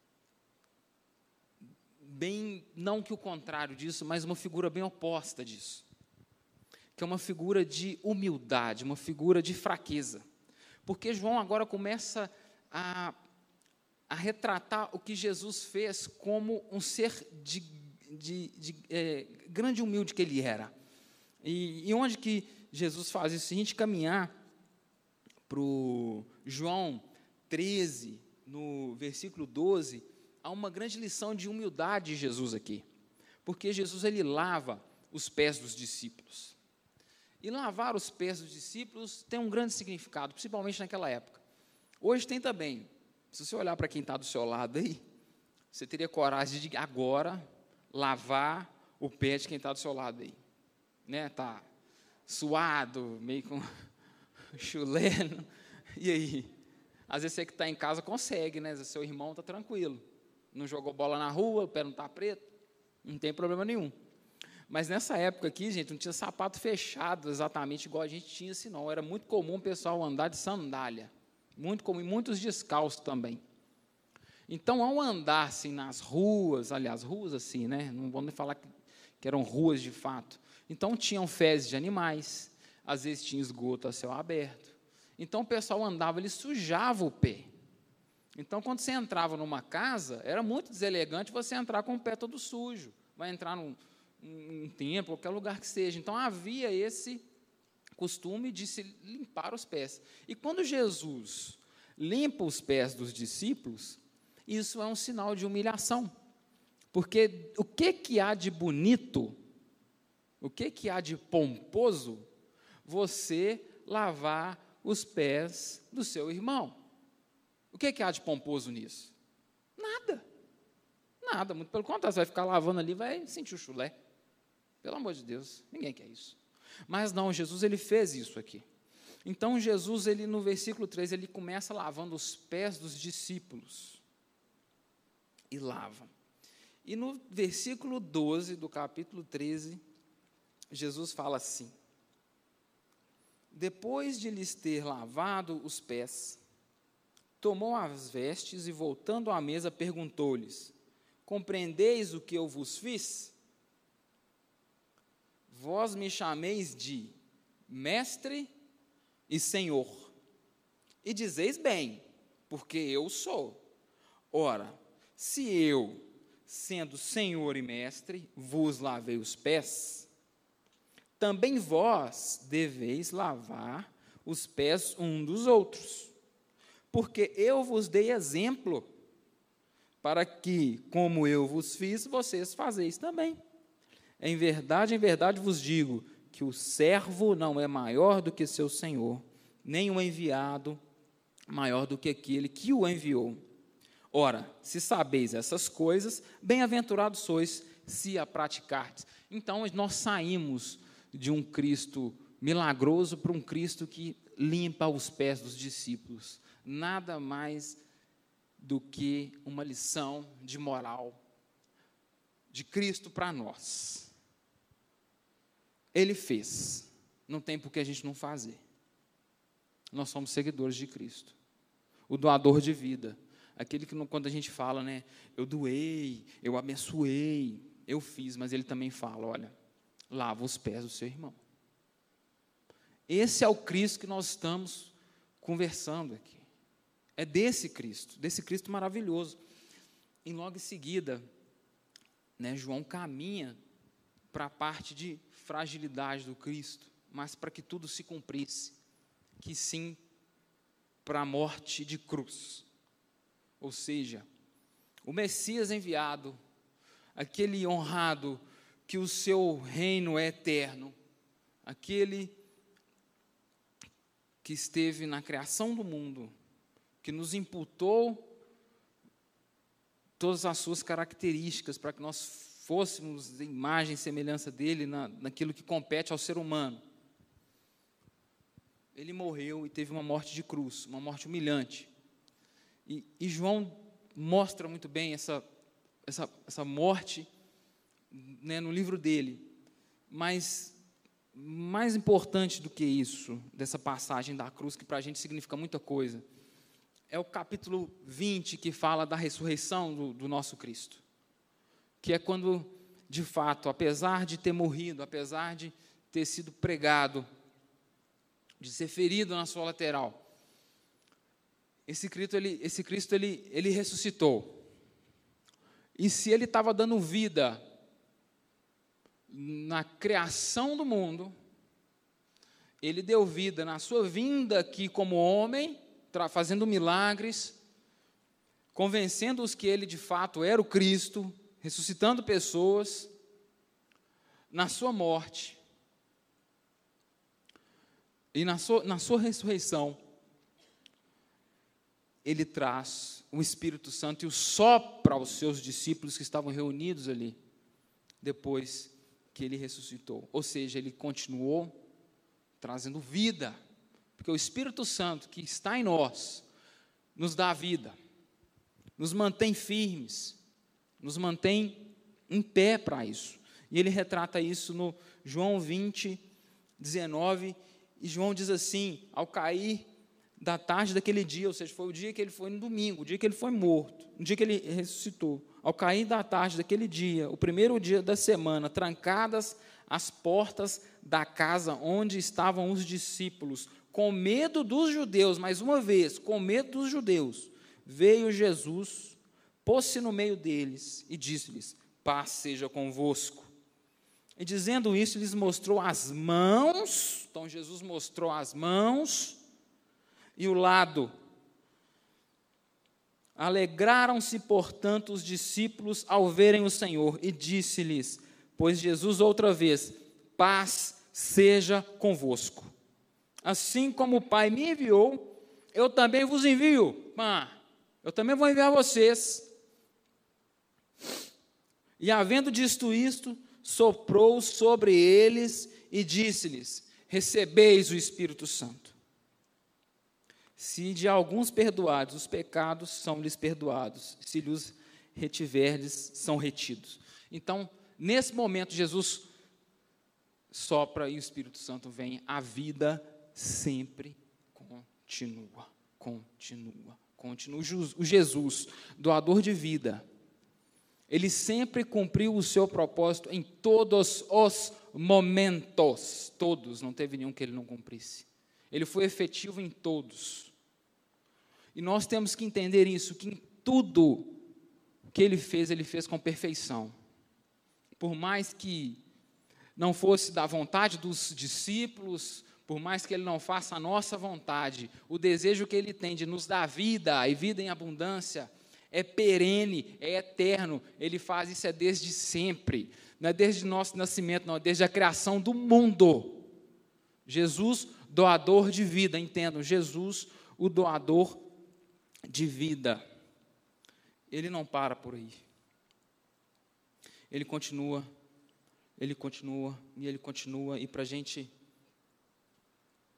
bem, não que o contrário disso, mas uma figura bem oposta disso. Que é uma figura de humildade, uma figura de fraqueza. Porque João agora começa a... a retratar o que Jesus fez como um ser de, de, de é, grande humilde que ele era. E, e onde que Jesus faz isso? Se a gente caminhar para o João treze, no versículo doze, há uma grande lição de humildade de Jesus aqui. Porque Jesus, ele lava os pés dos discípulos. E lavar os pés dos discípulos tem um grande significado, principalmente naquela época. Hoje tem também. Se você olhar para quem está do seu lado aí, você teria coragem de agora lavar o pé de quem está do seu lado aí. Né? Está suado, meio com chulé. E aí? Às vezes você que está em casa consegue, né? Seu irmão está tranquilo. Não jogou bola na rua, o pé não está preto, não tem problema nenhum. Mas nessa época aqui, gente, não tinha sapato fechado exatamente igual a gente tinha assim, não. Era muito comum o pessoal andar de sandália. Muito comum, e muitos descalços também. Então, ao andar assim nas ruas, aliás, ruas assim, né? Não vamos falar que, que eram ruas de fato. Então, tinham fezes de animais, às vezes tinha esgoto a céu aberto. Então, o pessoal andava, ele sujava o pé. Então, quando você entrava numa casa, era muito deselegante você entrar com o pé todo sujo. Vai entrar num, num templo, qualquer lugar que seja. Então, havia esse costume de se limpar os pés. E quando Jesus limpa os pés dos discípulos, isso é um sinal de humilhação. Porque o que, que há de bonito, o que, que há de pomposo, você lavar os pés do seu irmão? O que, que há de pomposo nisso? Nada. Nada, muito pelo contrário, você vai ficar lavando ali, vai sentir o chulé. Pelo amor de Deus, ninguém quer isso. Mas não, Jesus, ele fez isso aqui. Então, Jesus, ele, no versículo treze, ele começa lavando os pés dos discípulos. E lava. E no versículo doze do capítulo treze, Jesus fala assim: depois de lhes ter lavado os pés, tomou as vestes e, voltando à mesa, perguntou-lhes: compreendeis o que eu vos fiz? Vós me chameis de mestre e senhor, e dizeis bem, porque eu sou. Ora, se eu, sendo senhor e mestre, vos lavei os pés, também vós deveis lavar os pés um dos outros, porque eu vos dei exemplo, para que, como eu vos fiz, vocês fazeis também. Em verdade, em verdade vos digo, que o servo não é maior do que seu senhor, nem o enviado maior do que aquele que o enviou. Ora, se sabeis essas coisas, bem-aventurados sois, se a praticardes. Então, nós saímos de um Cristo milagroso para um Cristo que limpa os pés dos discípulos. Nada mais do que uma lição de moral de Cristo para nós. Ele fez, não tem por que a gente não fazer. Nós somos seguidores de Cristo, o doador de vida, aquele que quando a gente fala, né, eu doei, eu abençoei, eu fiz, mas ele também fala, olha, lava os pés do seu irmão. Esse é o Cristo que nós estamos conversando aqui. É desse Cristo, desse Cristo maravilhoso. E logo em seguida, né, João caminha para a parte de fragilidade do Cristo, mas para que tudo se cumprisse, que sim, para a morte de cruz. Ou seja, o Messias enviado, aquele honrado que o seu reino é eterno, aquele que esteve na criação do mundo, que nos imputou todas as suas características para que nós fôssemos imagem e semelhança dele na, naquilo que compete ao ser humano. Ele morreu e teve uma morte de cruz, uma morte humilhante. E, e João mostra muito bem essa, essa, essa morte, né, no livro dele. Mas, mais importante do que isso, dessa passagem da cruz, que para a gente significa muita coisa, é o capítulo vinte, que fala da ressurreição do, do nosso Cristo. Que é quando, de fato, apesar de ter morrido, apesar de ter sido pregado, de ser ferido na sua lateral, esse Cristo, ele, esse Cristo ele, ele ressuscitou. E se ele estava dando vida na criação do mundo, ele deu vida na sua vinda aqui como homem, fazendo milagres, convencendo-os que ele de fato era o Cristo, ressuscitando pessoas, na sua morte, e na sua, na sua ressurreição, ele traz o Espírito Santo e o sopra aos seus discípulos que estavam reunidos ali, depois que ele ressuscitou. Ou seja, ele continuou trazendo vida, porque o Espírito Santo que está em nós, nos dá vida, nos mantém firmes, nos mantém em pé para isso. E ele retrata isso no João vinte, dezenove, e João diz assim, ao cair da tarde daquele dia, ou seja, foi o dia que ele foi no domingo, o dia que ele foi morto, o dia que ele ressuscitou, ao cair da tarde daquele dia, o primeiro dia da semana, trancadas as portas da casa onde estavam os discípulos, com medo dos judeus, mais uma vez, com medo dos judeus, veio Jesus, pôs-se no meio deles e disse-lhes, paz seja convosco. E dizendo isso, lhes mostrou as mãos, então Jesus mostrou as mãos e o lado. Alegraram-se, portanto, os discípulos ao verem o Senhor, e disse-lhes, pois Jesus outra vez, paz seja convosco. Assim como o Pai me enviou, eu também vos envio. Ah, eu também vou enviar vocês. E havendo dito isto, soprou sobre eles e disse-lhes, recebeis o Espírito Santo. Se de alguns perdoados os pecados, são-lhes perdoados. Se lhes retiverdes, são retidos. Então, nesse momento, Jesus sopra e o Espírito Santo vem. A vida sempre continua, continua, continua. O Jesus, doador de vida, ele sempre cumpriu o seu propósito em todos os momentos. Todos, não teve nenhum que ele não cumprisse. Ele foi efetivo em todos. E nós temos que entender isso, que em tudo que ele fez, ele fez com perfeição. Por mais que não fosse da vontade dos discípulos, por mais que ele não faça a nossa vontade, o desejo que ele tem de nos dar vida, e vida em abundância, é perene, é eterno. Ele faz isso é desde sempre, não é desde o nosso nascimento, não, é desde a criação do mundo. Jesus, doador de vida, entendam, Jesus, o doador de vida. Ele não para por aí. Ele continua, ele continua, e ele continua, e para a gente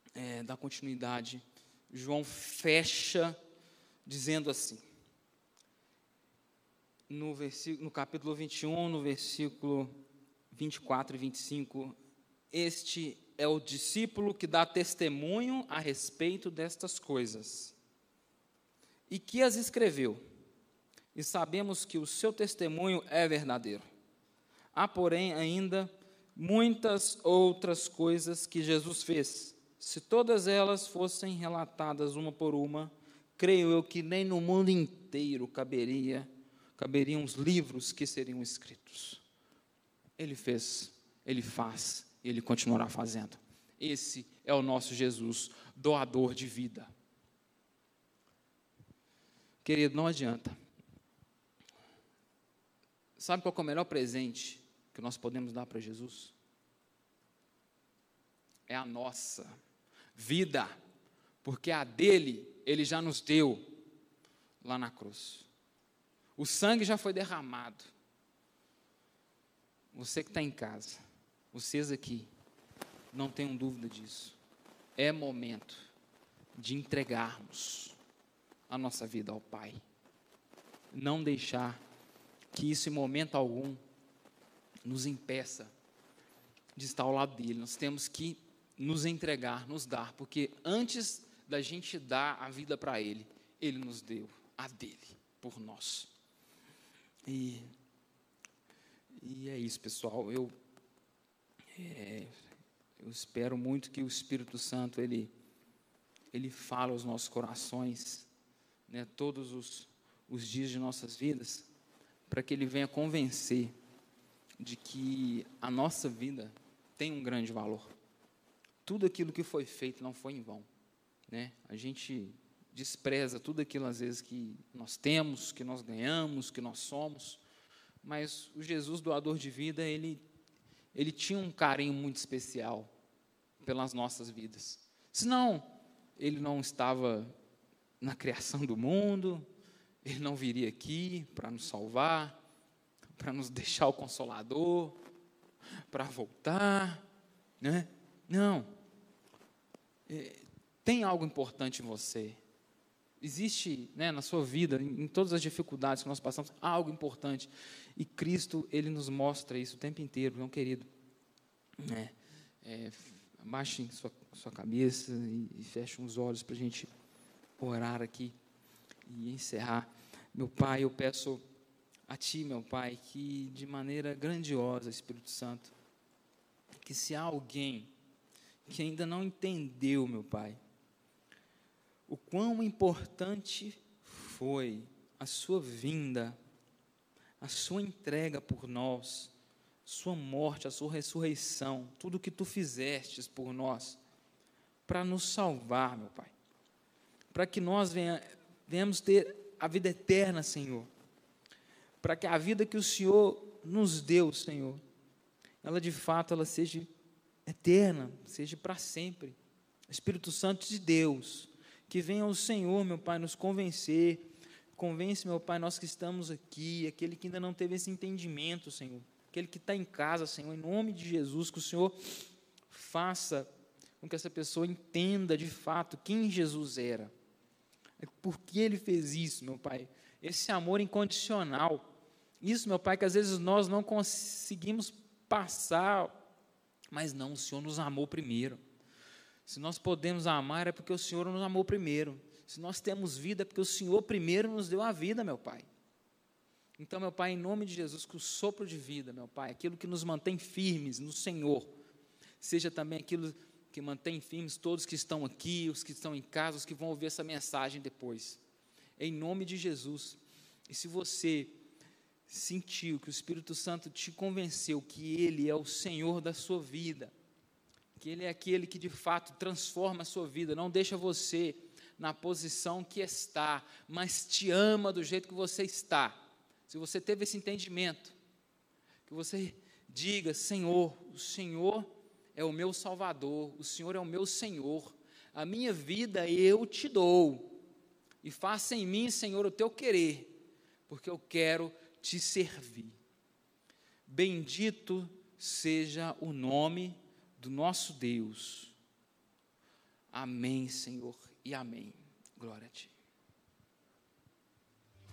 é, dar continuidade, João fecha dizendo assim, no, versículo, no capítulo vinte e um, no versículo vinte e quatro e vinte e cinco, este é o discípulo que dá testemunho a respeito destas coisas, e que as escreveu, e sabemos que o seu testemunho é verdadeiro. Há, porém, ainda muitas outras coisas que Jesus fez. Se todas elas fossem relatadas uma por uma, creio eu que nem no mundo inteiro caberia, caberiam os livros que seriam escritos. Ele fez, Ele faz, e Ele continuará fazendo. Esse é o nosso Jesus, doador de vida. Querido, não adianta. Sabe qual é o melhor presente que nós podemos dar para Jesus? É a nossa vida, porque a dele, ele já nos deu lá na cruz. O sangue já foi derramado. Você que está em casa, vocês aqui, não tenham dúvida disso. É momento de entregarmos a nossa vida ao Pai. Não deixar que isso em momento algum nos impeça de estar ao lado dele. Nós temos que nos entregar, nos dar, porque antes da gente dar a vida para ele, ele nos deu a dele, por nós. E, e é isso, pessoal. Eu, é, eu espero muito que o Espírito Santo, ele, ele fale aos nossos corações, né, todos os, os dias de nossas vidas, para que ele venha convencer de que a nossa vida tem um grande valor. Tudo aquilo que foi feito não foi em vão, né? A gente despreza tudo aquilo, às vezes, que nós temos, que nós ganhamos, que nós somos, mas o Jesus doador de vida, ele, ele tinha um carinho muito especial pelas nossas vidas. Senão, ele não estava na criação do mundo, ele não viria aqui para nos salvar, para nos deixar o Consolador, para voltar, né? Não. É, tem algo importante em você. Existe, né, na sua vida, em, em todas as dificuldades que nós passamos, algo importante. E Cristo, ele nos mostra isso o tempo inteiro, meu querido. É, é, abaixe sua, sua cabeça e, e feche os olhos para a gente orar aqui e encerrar. Meu Pai, eu peço a Ti, meu Pai, que de maneira grandiosa, Espírito Santo, que se há alguém que ainda não entendeu, meu Pai, o quão importante foi a sua vinda, a sua entrega por nós, sua morte, a sua ressurreição, tudo o que Tu fizestes por nós, para nos salvar, meu Pai, para que nós venha, venhamos ter a vida eterna, Senhor, para que a vida que o Senhor nos deu, Senhor, ela de fato, ela seja eterna, seja para sempre. Espírito Santo de Deus, que venha o Senhor, meu Pai, nos convencer, convence, meu Pai, nós que estamos aqui, aquele que ainda não teve esse entendimento, Senhor, aquele que está em casa, Senhor, em nome de Jesus, que o Senhor faça com que essa pessoa entenda de fato quem Jesus era, por que Ele fez isso, meu Pai, esse amor incondicional, isso, meu Pai, que às vezes nós não conseguimos passar, mas não, o Senhor nos amou primeiro. Se nós podemos amar, é porque o Senhor nos amou primeiro. Se nós temos vida, é porque o Senhor primeiro nos deu a vida, meu Pai. Então, meu Pai, em nome de Jesus, que o sopro de vida, meu Pai, aquilo que nos mantém firmes no Senhor, seja também aquilo que mantém firmes todos que estão aqui, os que estão em casa, os que vão ouvir essa mensagem depois. Em nome de Jesus. E se você sentiu que o Espírito Santo te convenceu que Ele é o Senhor da sua vida, que Ele é aquele que de fato transforma a sua vida, não deixa você na posição que está, mas te ama do jeito que você está. Se você teve esse entendimento, que você diga: Senhor, o Senhor é o meu Salvador, o Senhor é o meu Senhor, a minha vida eu te dou, e faça em mim, Senhor, o teu querer, porque eu quero te servir. Bendito seja o nome do nosso Deus. Amém, Senhor, e amém. Glória a Ti.